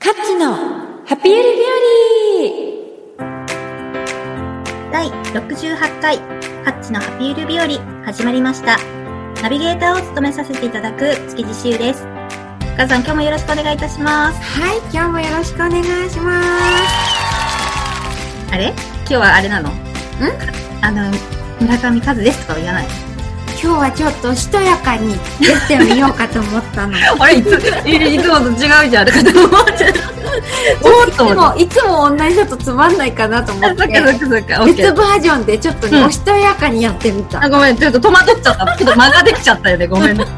カッチのハピユリ日和第68回カッチのハピユリ日和始まりました。ナビゲーターを務めさせていただく築地しゆです。カズさん、今日もよろしくお願いいたします。 はい、今日もよろしくお願いします。 あれ？今日はあれなの？村上和ですとかは言わない？ 今日はちょっとしとやかに言ってみようかと思ったの。 あれいつもと違うじゃんとかと思っちゃう。 いつも同じだとつまんないかなと思って、別バージョンでちょっとね、おしとやかにやってみた。 ごめん、ちょっと戸惑っちゃった。ちょっと間ができちゃったよね。ごめんね。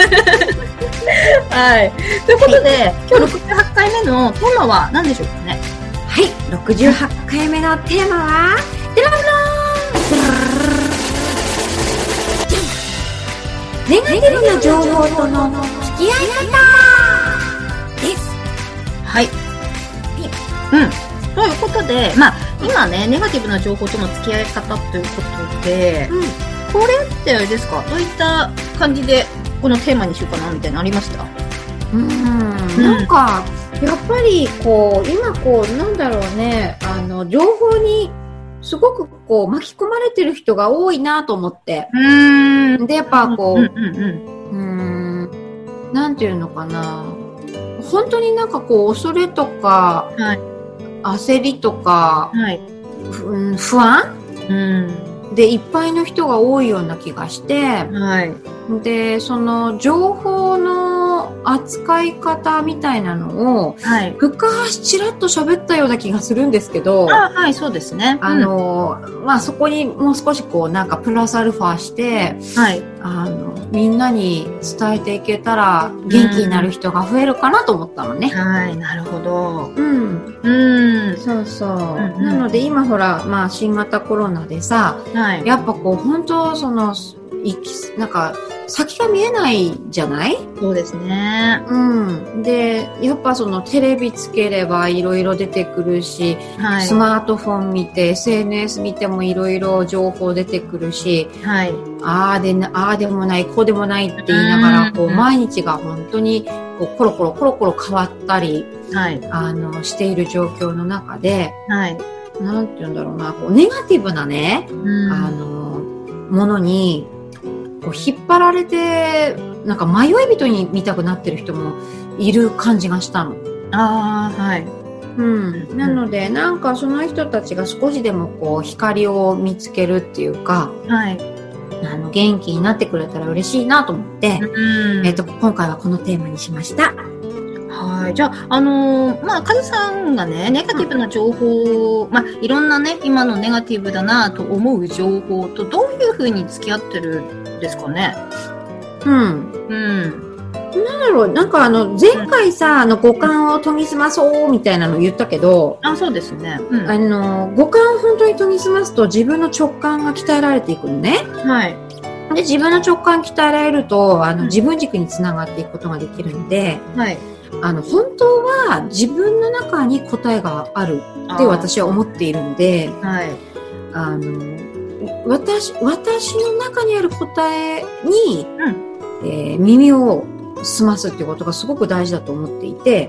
はい。ということで、今日68回目のテーマは何でしょうかね。 はい、68回目のテーマは、デラブローネガティブな情報との付き合い方です。 はい。ということで、今ね、ネガティブな情報との付き合い方ということで、これってあれですか？どういった感じでこのテーマにしようかなみたいなのありました？ なんか、やっぱり今なんだろうね、情報にすごく巻き込まれてる人が多いなと思って。で、やっぱなんていうのかな。本当になんか恐れとか、焦りとか、不安、でいっぱいの人が多いような気がして、で、その情報の扱い方みたいなのを、昔ちらっと喋ったような気がするんですけど、 そうですね。 そこにもう少しなんかプラスアルファして、みんなに伝えていけたら元気になる人が増えるかなと思ったのね。 なるほど。 そうそう。なので今ほら、新型コロナでさ、やっぱ本当なんか先が見えないじゃない？ そうですね。 で、やっぱテレビつければいろいろ出てくるし、スマートフォン見て SNS 見てもいろいろ情報出てくるし、ああでもないこうでもないって言いながら毎日が本当にコロコロ変わったり、している状況の中で、なんて言うんだろうな、ネガティブなね、ものに引っ張られて、なんか迷い人に見たくなってる人もいる感じがしたの。なので、なんかその人たちが少しでも光を見つけるっていうか、元気になってくれたら嬉しいなと思って、今回はこのテーマにしました。 じゃあ、カズさんがね、ネガティブな情報、いろんなね、今のネガティブだなと思う情報とどういう風に付き合ってるんですかね？なんだろう、なんか前回さ、五感を研ぎ澄まそうみたいなの言ったけど、 そうですね。 五感を本当に研ぎ澄ますと自分の直感が鍛えられていくのね。で、自分の直感鍛えられると、自分軸につながっていくことができるんで、本当は自分の中に答えがあるって私は思っているので、私の中にある答えに、耳を澄ますっていうことがすごく大事だと思っていて、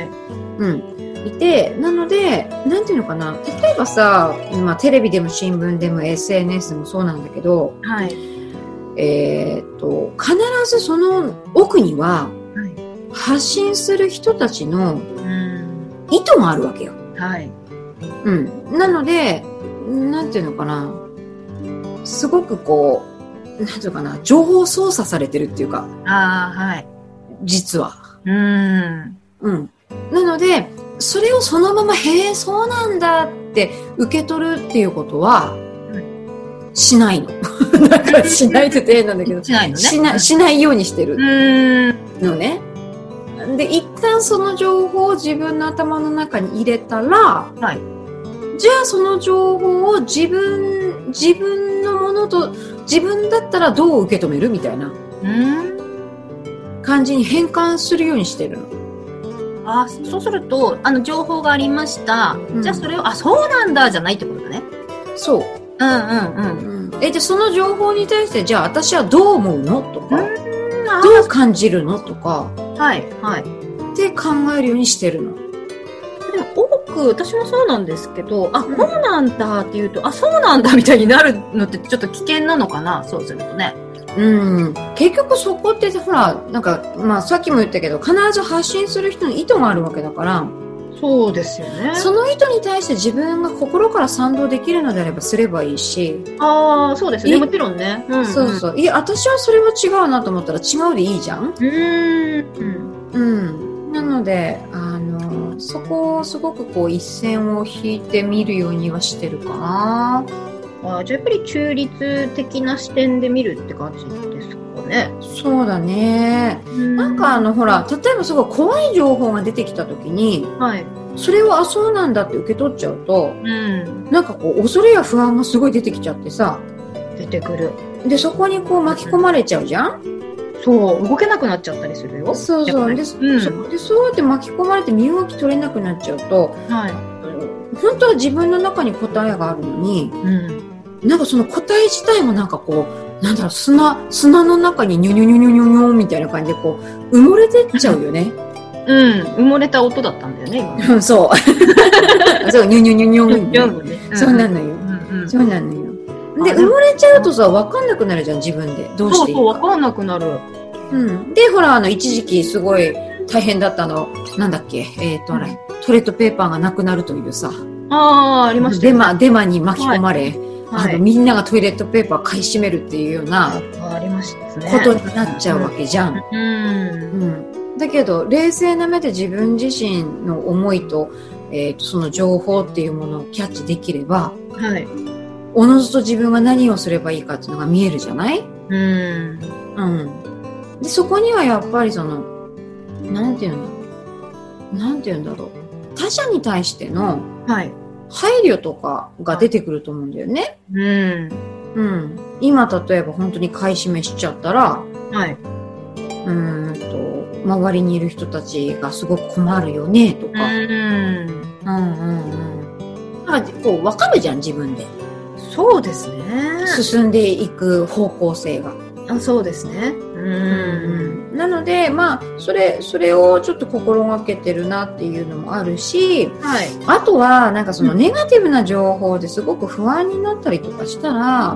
なので、なんていうのかな、例えばさ、テレビでも新聞でも SNS でもそうなんだけど、必ずその奥には、発信する人たちの意図があるわけよ。なので、なんていうのかな、すごくなんていうのかな、情報操作されてるっていうか、実は。なので、それをそのまま、そうなんだって受け取るっていうことは、しないの。なんかしないって変なんだけど、しないようにしてるのね。で、一旦その情報を自分の頭の中に入れたら、じゃあその情報を自分のものと、自分だったらどう受け止めるみたいな感じに変換するようにしてるの。 そうすると、情報がありました。じゃあそれを、そうなんだじゃないってことだね。 そう。じゃあその情報に対して、じゃあ私はどう思うのとか、どう感じるのとか、って考えるようにしてるの。 く私もそうなんですけど、こうなんだって言うと、そうなんだみたいになるのってちょっと危険なのかな、そうするとね。 結局そこってほら、なんか、さっきも言ったけど、必ず発信する人の意図があるわけだから、 そうですよね。 その意図に対して自分が心から賛同できるのであればすればいいし。 そうですね。もちろんね。 そうそう。いや、私はそれは違うなと思ったら違うでいいじゃん。なので、そこをすごくこう一線を引いてみるようにはしてるかな。 じゃあやっぱり中立的な視点で見るって感じですかね。 そうだね。なんかほら、例えばすごい怖い情報が出てきた時に、それをそうなんだって受け取っちゃうと、なんかこう恐れや不安がすごい出てきちゃってさ。 出てくる。 で、そこにこう巻き込まれちゃうじゃん。 そう、動けなくなっちゃったりするよ。 そうそう。で、そうやって巻き込まれて身動き取れなくなっちゃうと、本当は自分の中に答えがあるのに、なんかその答え自体もなんかこう、なんだろう、砂の中にニョニョニョニョニョニョみたいな感じでこう、埋もれてっちゃうよね。 埋もれた音だったんだよね、今。 そう。そう、ニョニョニョニョニョ。そうなのよ。そうなのよ。で、埋もれちゃうとさ、わかんなくなるじゃん、自分で。どうしていいか。 そう、わかんなくなる。 で、ほら、一時期すごい大変だったの、なんだっけ、トイレットペーパーがなくなるというさ。 ありましたね。 デマに巻き込まれ、みんながトイレットペーパー買い占めるっていうようなことになっちゃうわけじゃん。だけど冷静な目で自分自身の思いと、その情報っていうものをキャッチできれば、おのずと自分が何をすればいいかっていうのが見えるじゃない？でそこにはやっぱりそのなんていうんだろう、他者に対しての配慮とかが出てくると思うんだよね。今例えば本当に買い占めしちゃったら、周りにいる人たちがすごく困るよねとか、なんかこう分かるじゃん、自分で。 そうですね。 進んでいく方向性が。 そうですね。 なので、それをちょっと心がけてるなっていうのもあるし、あとは、なんかそのネガティブな情報ですごく不安になったりとかしたら、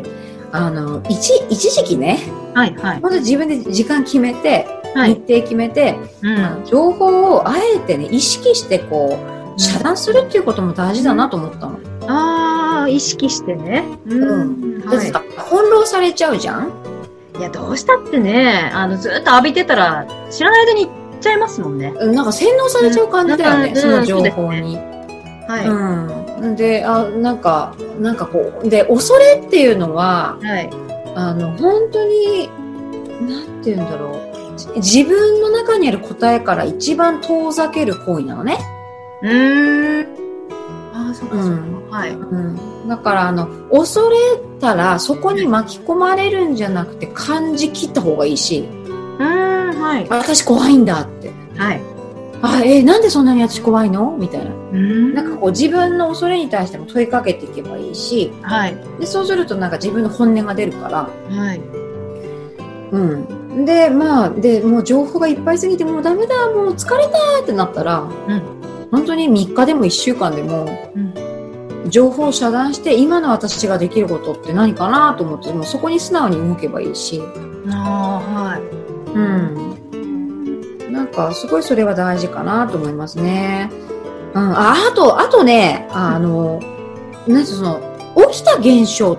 一時期ね、まず自分で時間決めて、日程決めて、情報をあえてね、意識してこう、遮断するっていうことも大事だなと思ったの。 意識してね。 翻弄されちゃうじゃん。 いや、どうしたってね、ずっと浴びてたら、知らない間に行っちゃいますもんね。 なんか洗脳されちゃう感じだよね、その情報に。で、なんかこう、で、恐れっていうのは、本当に、なんて言うんだろう、自分の中にある答えから一番遠ざける行為なのね。 そうかそうか。 だから恐れたらそこに巻き込まれるんじゃなくて感じ切った方がいいし、私怖いんだって、なんでそんなに私怖いのみたいな、なんかこう自分の恐れに対しても問いかけていけばいいし、でそうするとなんか自分の本音が出るから、でもう情報がいっぱいすぎてもうダメだ、もう疲れたってなったら、本当に3日でも1週間でも、情報を遮断して今の私ができることって何かなと思って、もうそこに素直に動けばいいし、なんかすごいそれは大事かなと思いますね。あとね、なんてその起きた現象って、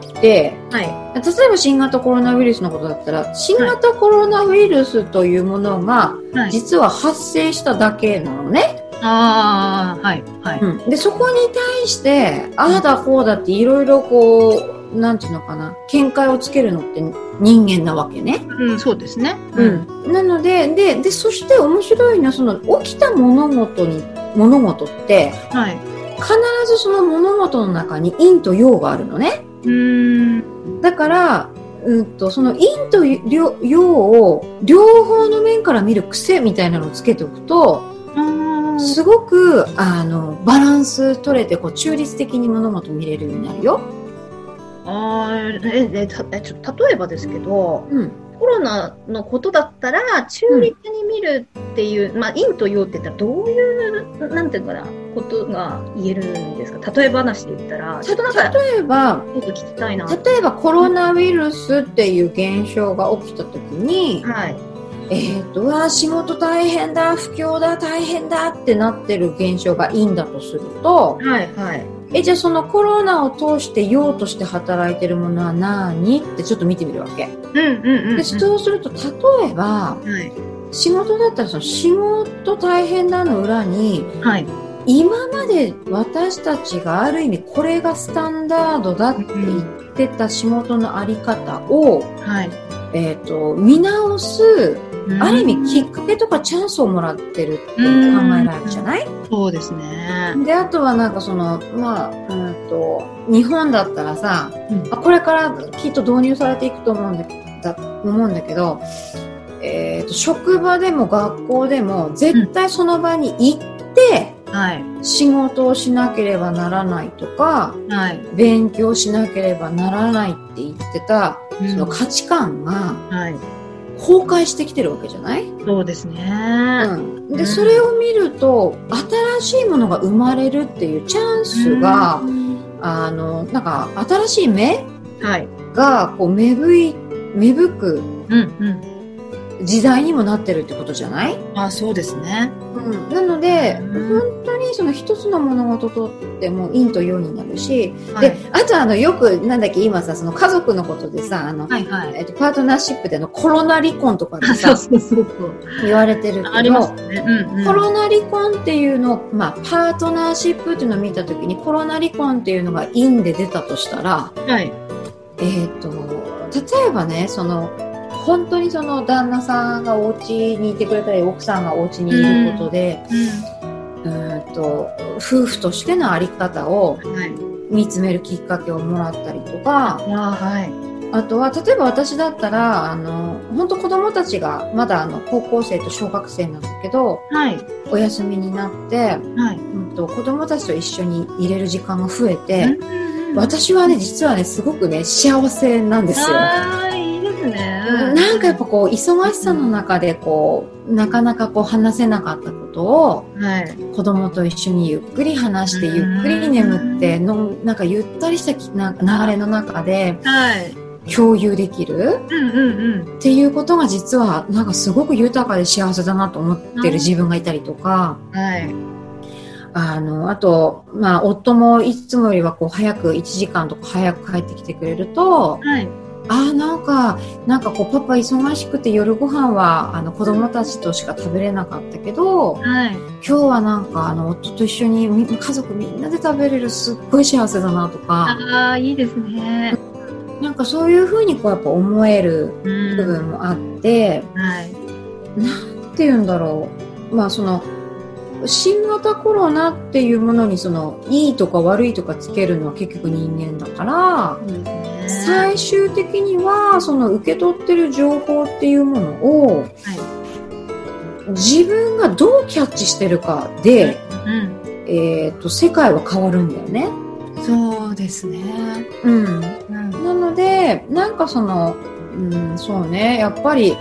例えば新型コロナウイルスのことだったら、新型コロナウイルスというものが実は発生しただけなのね。でそこに対してああだこうだっていろいろこう、なんていうのかな、見解をつけるのって人間なわけね。 そうですね。 なのでそして面白いのは、その起きた物事って、必ずその物事の中に陰と陽があるのね。だから、その陰と陽を両方の面から見る癖みたいなのをつけておくと、すごくバランス取れてこう中立的に物事見れるようになるよ。 例えばですけど、 コロナのことだったら、中立に見るっていう、陰と陽って言ったらどういう、なんていうかな、ことが言えるんですか？例え話で言ったら、ちょっとなんか、 例えば、 ちょっと聞きたいな。 例えばコロナウイルスっていう現象が起きたときに、 はい。 仕事大変だ、不況だ、大変だってなってる現象が陰だとすると、 はいはい。 じゃあそのコロナを通して陽として働いてるものは何ってちょっと見てみるわけ。で、そうすると、例えば、仕事だったらその仕事大変だの裏に、今まで私たちがある意味これがスタンダードだって言ってた仕事のあり方を、見直す、ある意味きっかけとかチャンスをもらってるって考えられるじゃない？ そうですね。 で、あとはなんかその、日本だったらさ、これからきっと導入されていくと思うんだけど、職場でも学校でも絶対その場に行って、仕事をしなければならないとか、勉強しなければならないって言ってた、その価値観が、崩壊してきてるわけじゃない？ そうですね。 で、それを見ると、新しいものが生まれるっていうチャンスが、なんか、新しい芽が、こう、芽吹く、時代にもなってるってことじゃない？ そうですね。 なので、本当にその一つの物事とっても陰と陽になるし、で、あとよく、今さ、その家族のことでさ、パートナーシップでコロナ離婚とかでさ、言われてるけど、コロナ離婚っていうのを、パートナーシップっていうのを見たときに、コロナ離婚っていうのが陰で出たとしたら、例えばね、本当にその旦那さんがお家にいてくれたり、奥さんがお家にいることで、夫婦としてのあり方を見つめるきっかけをもらったりとか、あとは、例えば私だったら、本当子供たちがまだ高校生と小学生なんだけど、お休みになって、子供たちと一緒にいれる時間が増えて、私はね、実はね、すごくね、幸せなんですよ。なんかやっぱこう忙しさの中でなかなか話せなかったことを、子供と一緒にゆっくり話してゆっくり眠ってなんかゆったりした流れの中で共有できるっていうことが実はなんかすごく豊かで幸せだなと思ってる自分がいたりとか、あと、夫もいつもよりは早く1時間とか早く帰ってきてくれると、なんかパパ忙しくて夜ご飯は子供たちとしか食べれなかったけど、今日はなんか夫と一緒に家族みんなで食べれるすっごい幸せだなとか。 いいですね。 なんかそういう風にやっぱ思える部分もあって、なんて言うんだろう。新型コロナっていうものにいいとか悪いとかつけるのは結局人間だから、最終的には受け取ってる情報っていうものを、自分がどうキャッチしてるかで、世界は変わるんだよね。 そうですね。 なのでなんかそうね、やっぱり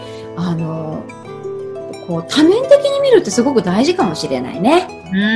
多面的に見るってすごく大事かもしれないね。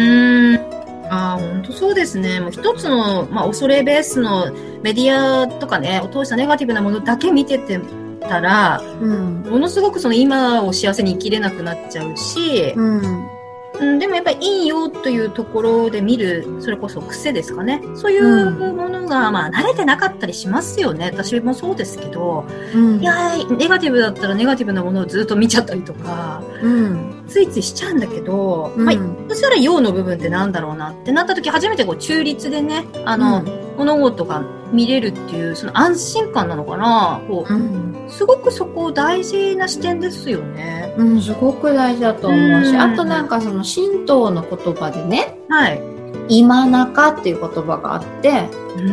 本当そうですね。もう一つの、恐れベースのメディアとかね、を通したネガティブなものだけ見ててたら、ものすごく今を幸せに生きれなくなっちゃうし、でもやっぱり陰陽というところで見る、それこそ癖ですかね。そういうものが、慣れてなかったりしますよね。私もそうですけど、いや、ネガティブだったらネガティブなものをずっと見ちゃったりとか、ついついしちゃうんだけど、そしたら陽の部分ってなんだろうなってなった時、初めて中立でね、物事が見れるっていう、その安心感なのかな。すごくそこ大事な視点ですよね。 すごく大事だと思うし、あとなんか神道の言葉でね、今中っていう言葉があって、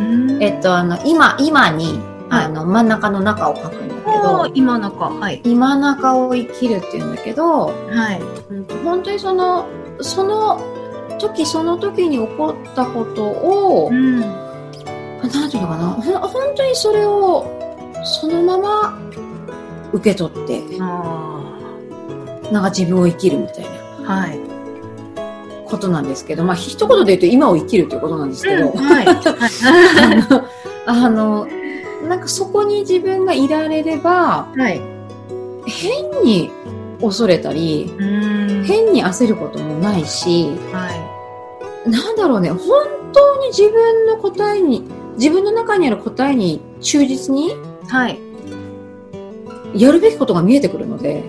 今に真ん中の中を書くんだけど、今中を生きるっていうんだけど、本当にその時その時に起こったことを、なんていうのかな、本当にそれをそのまま受け取って、なんか自分を生きるみたいな。はい。ことなんですけど、まあ一言で言うと今を生きるということなんですけど、なんかそこに自分がいられれば、はい、変に恐れたり、変に焦ることもないし、はい、なんだろうね、本当に自分の答えに、自分の中にある答えに忠実に、はい、やるべきことが見えてくるので、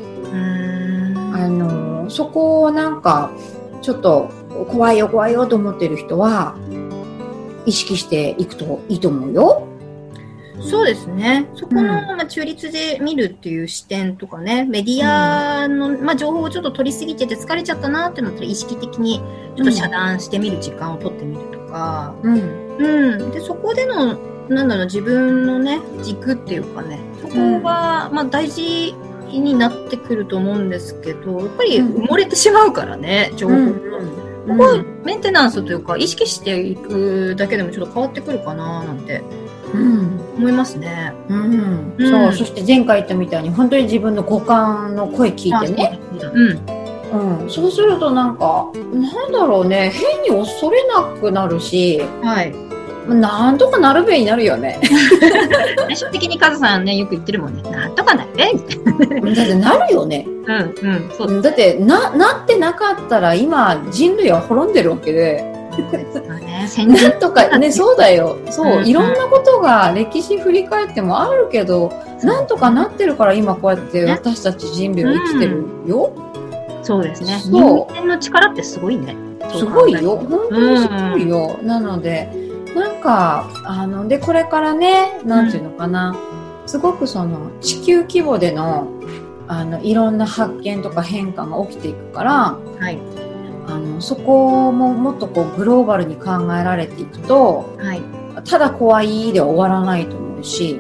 そこをなんかちょっと怖いよ怖いよと思っている人は意識していくといいと思うよ。 そうですね。そこの、中立で見るっていう視点とかね、メディアの、情報をちょっと取りすぎてて疲れちゃったなってなったら意識的にちょっと遮断してみる時間を取ってみるとか、でそこでの自分のね軸っていうかね、そこが、大事になってくると思うんですけど、やっぱり埋もれてしまうからね、情報が。ここはメンテナンスというか意識していくだけでもちょっと変わってくるかななんて思いますね。 そう、そして前回言ったみたいに本当に自分の五感の声聞いてね、そうするとなんかなんだろうね、変に恐れなくなるし、はい、なんとかなるべになるよね。 最終的にカズさんねよく言ってるもんね、なんとかなるべみたいな。 だってなるよね。そうだってなってなかったら今人類は滅んでるわけで。なんとかね、そうだよ。そう、いろんなことが歴史振り返ってもあるけど、なんとかなってるから今こうやって私たち人類は生きてるよ。 そうですね。人間の力ってすごいね。 すごいよ。本当にすごいよ。なので、なんか、で、これからね、なんていうのかな。すごくその、地球規模での、いろんな発見とか変化が起きていくから、はい。そこももっとこうグローバルに考えられていくと、はい、ただ怖いでは終わらないと思うし、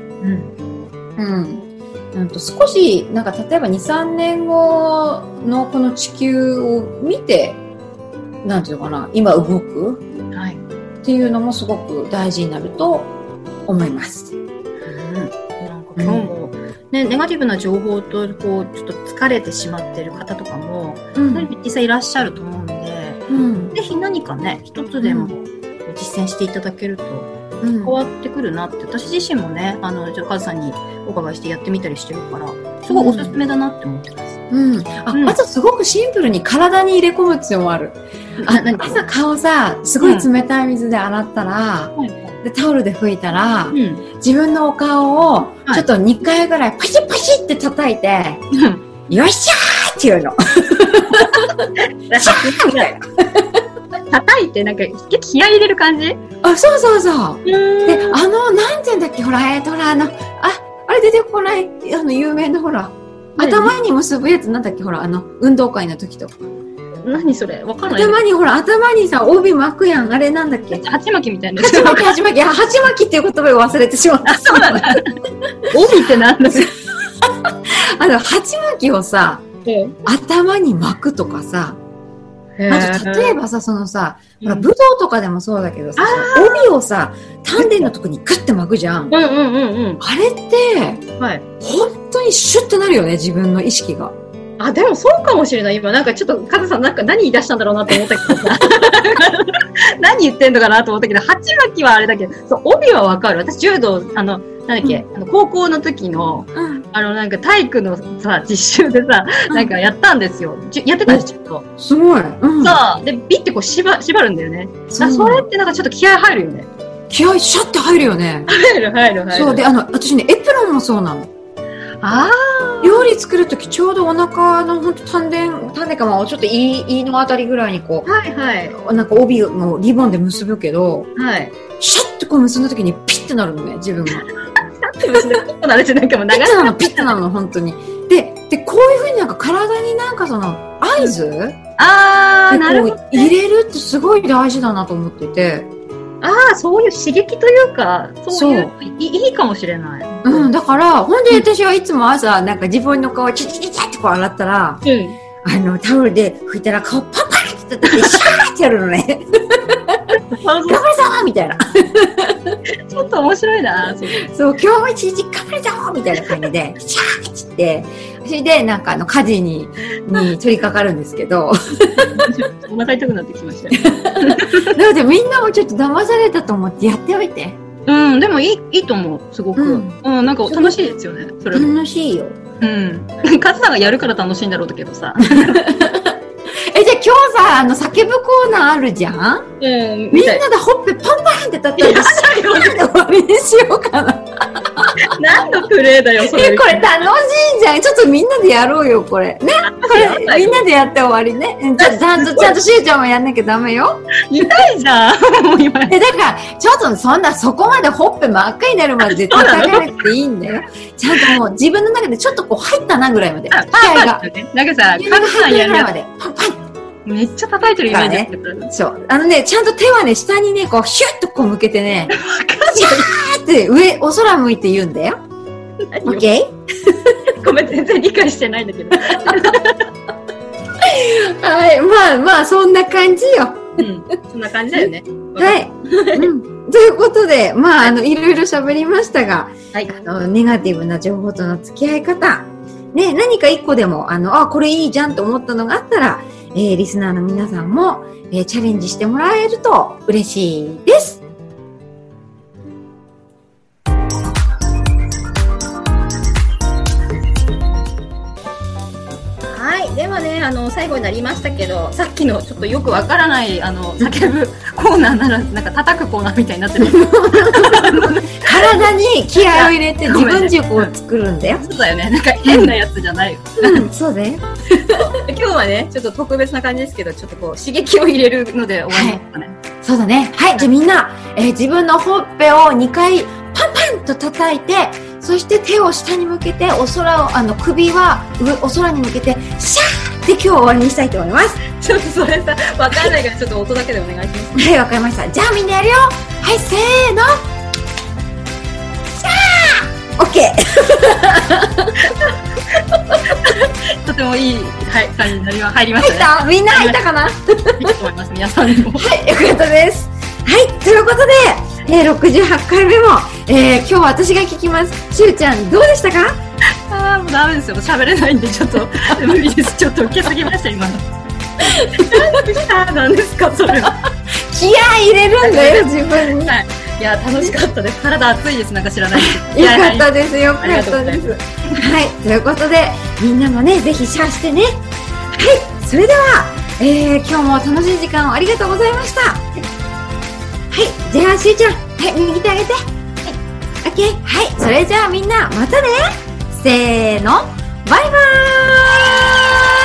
少しなんか例えば 2,3 年後のこの地球を見て、なんていうのかな、今動く、はい、っていうのもすごく大事になると思います。 なんか今日も、ネガティブな情報とこうちょっと疲れてしまっている方とかも、実際いらっしゃると思うので、ぜひ何かね一つでも実践していただけると変わってくるなって、私自身もねカズさんにお伺いしてやってみたりしてるから、すごいおすすめだなって思ってます。 あとすごくシンプルに体に入れ込む必要もある。朝顔さすごい冷たい水で洗ったら、でタオルで拭いたら、自分のお顔をちょっと2回ぐらいパシッパシッって叩いて、よっしゃーっていうの。 叩いてなんか気合い入れる感じ？ そうそうそう。で、なんていうんだっけ、ほら、あれ出てこない、有名なほら、頭に結ぶやつなんだっけ、ほら、運動会の時とか。 何それわかんない。 頭にさ、帯巻くやん。あれなんだっけ？ 鉢巻きみたいな。 鉢巻き。鉢巻きっていう言葉を忘れてしまった。 そうなんだ。帯ってなんだ鉢巻きをさ、頭に巻くとかさ、あと例えばさ、そのさ、武道とかでもそうだけどさ、帯をさ、丹田のとこにグッて巻くじゃん。あれって、本当にシュッてなるよね、自分の意識が。 でもそうかもしれない。今なんかちょっとカズさんなんか何言い出したんだろうなって思ったけどさ何言ってんのかなと思ったけど、鉢巻きはあれだけど、そう帯はわかる。私柔道なんだっけ、高校の時のなんか体育のさ実習でさ、なんかやったんですよ。やってたんですちょっと。 すごい。 さあでビッてこう縛るんだよね。それってなんかちょっと気合入るよね。 気合シャッて入るよね。 入る。 そうで私ねエプロンもそうなの。料理作るときちょうどお腹のほんと丹田かちょっと胃のあたりぐらいにこう、なんか帯のリボンで結ぶけど、シャッとこう結んだときにピッてなるのね、自分が。 ピッてなるじゃなんかもう長いピッてなるの本当に。でこういう風になんか体になんかその合図なるほど、 入れるってすごい大事だなと思ってて。 そういう刺激というか、そういういいかもしれない。 だからほんで私はいつも朝なんか自分の顔チチチチってこう洗ったら、タオルで拭いたら顔パパって叩いてシャーってやるのね。頑張るぞみたいな。 ちょっと面白いな。 そう今日も一日頑張るぞみたいな感じでシャーって。 て、それでなんか家事に取り掛かるんですけど。 お腹痛くなってきましたね。 なのでみんなもちょっと騙されたと思ってやっておいて。 うん、でもいいと思う、すごく。なんか楽しいですよね、それ。 楽しいよ。 カズさんがやるから楽しいんだろうけどさ。 じゃあ今日さ、叫ぶコーナーあるじゃん？みんなでほっぺパンパンって叩いて、終わりにしようかな。 何のプレイだよ、それ。 これ楽しいじゃん。ちょっとみんなでやろうよ、これ。ね。これ、みんなでやって終わりね。ちゃんとしゅうちゃんもやんなきゃダメよ。 痛いじゃん。 だから、ちょっとそこまでほっぺ真っ赤になるまで叩かなくていいんだよ。ちゃんともう自分の中でちょっとこう入ったなぐらいまで。気合が。 なんかさ、カズさんやるまで。パンパン。 めっちゃ叩いてるイメージね。 そう。ちゃんと手はね、下にね、こう、シュッとこう向けてね、シャーってお空向いて言うんだよ。オッケー？ごめん、全然理解してないんだけど。 はい、まあ、そんな感じよ。 そんな感じだよね。 はい。ということで、いろいろ喋りましたが、ネガティブな情報との付き合い方、ね、何か一個でも、これいいじゃんと思ったのがあったら、リスナーの皆さんも、チャレンジしてもらえると嬉しいです。 はい。ではね、最後になりましたけど、さっきのちょっとよくわからない、叫ぶコーナーなら、なんか叩くコーナーみたいになってる。 体に気合を入れて自分軸を作るんだよ。 そうだよね。なんか変なやつじゃない。 そうだよ。 今日はね、ちょっと特別な感じですけど、ちょっとこう、刺激を入れるので終わりますかね。 そうだね。はい。じゃあみんな、自分のほっぺを2回パンパンと叩いて、そして手を下に向けて、首はお空に向けて、シャーって今日終わりにしたいと思います。 ちょっとそれさ、わかんないからちょっと音だけでお願いします。 はい、わかりました。じゃあみんなやるよ。はい、せーの。シャー！オッケー。とてもいい、感じに入りましたね。 入った？みんな入ったかな？ いいと思います、皆さんにも。 はい、よかったです。はい、ということで、68回目も、今日は私が聞きます。しゅうちゃん、どうでしたか？ もうダメですよ。喋れないんで、ちょっと、無理です。ちょっと受けすぎました、今の。何ですか、それは。 気合い入れるんだよ、自分に。 いや、楽しかったです。体熱いです、なんか知らないです。よかったです、よかったです。はい、ということで、みんなもね、ぜひシェアしてね。はい、それでは、今日も楽しい時間をありがとうございました。はい、じゃあ、しゅうちゃん、はい、右手あげて。はい、オッケー。はい、それじゃあみんな、またね。せーの、バイバーイ。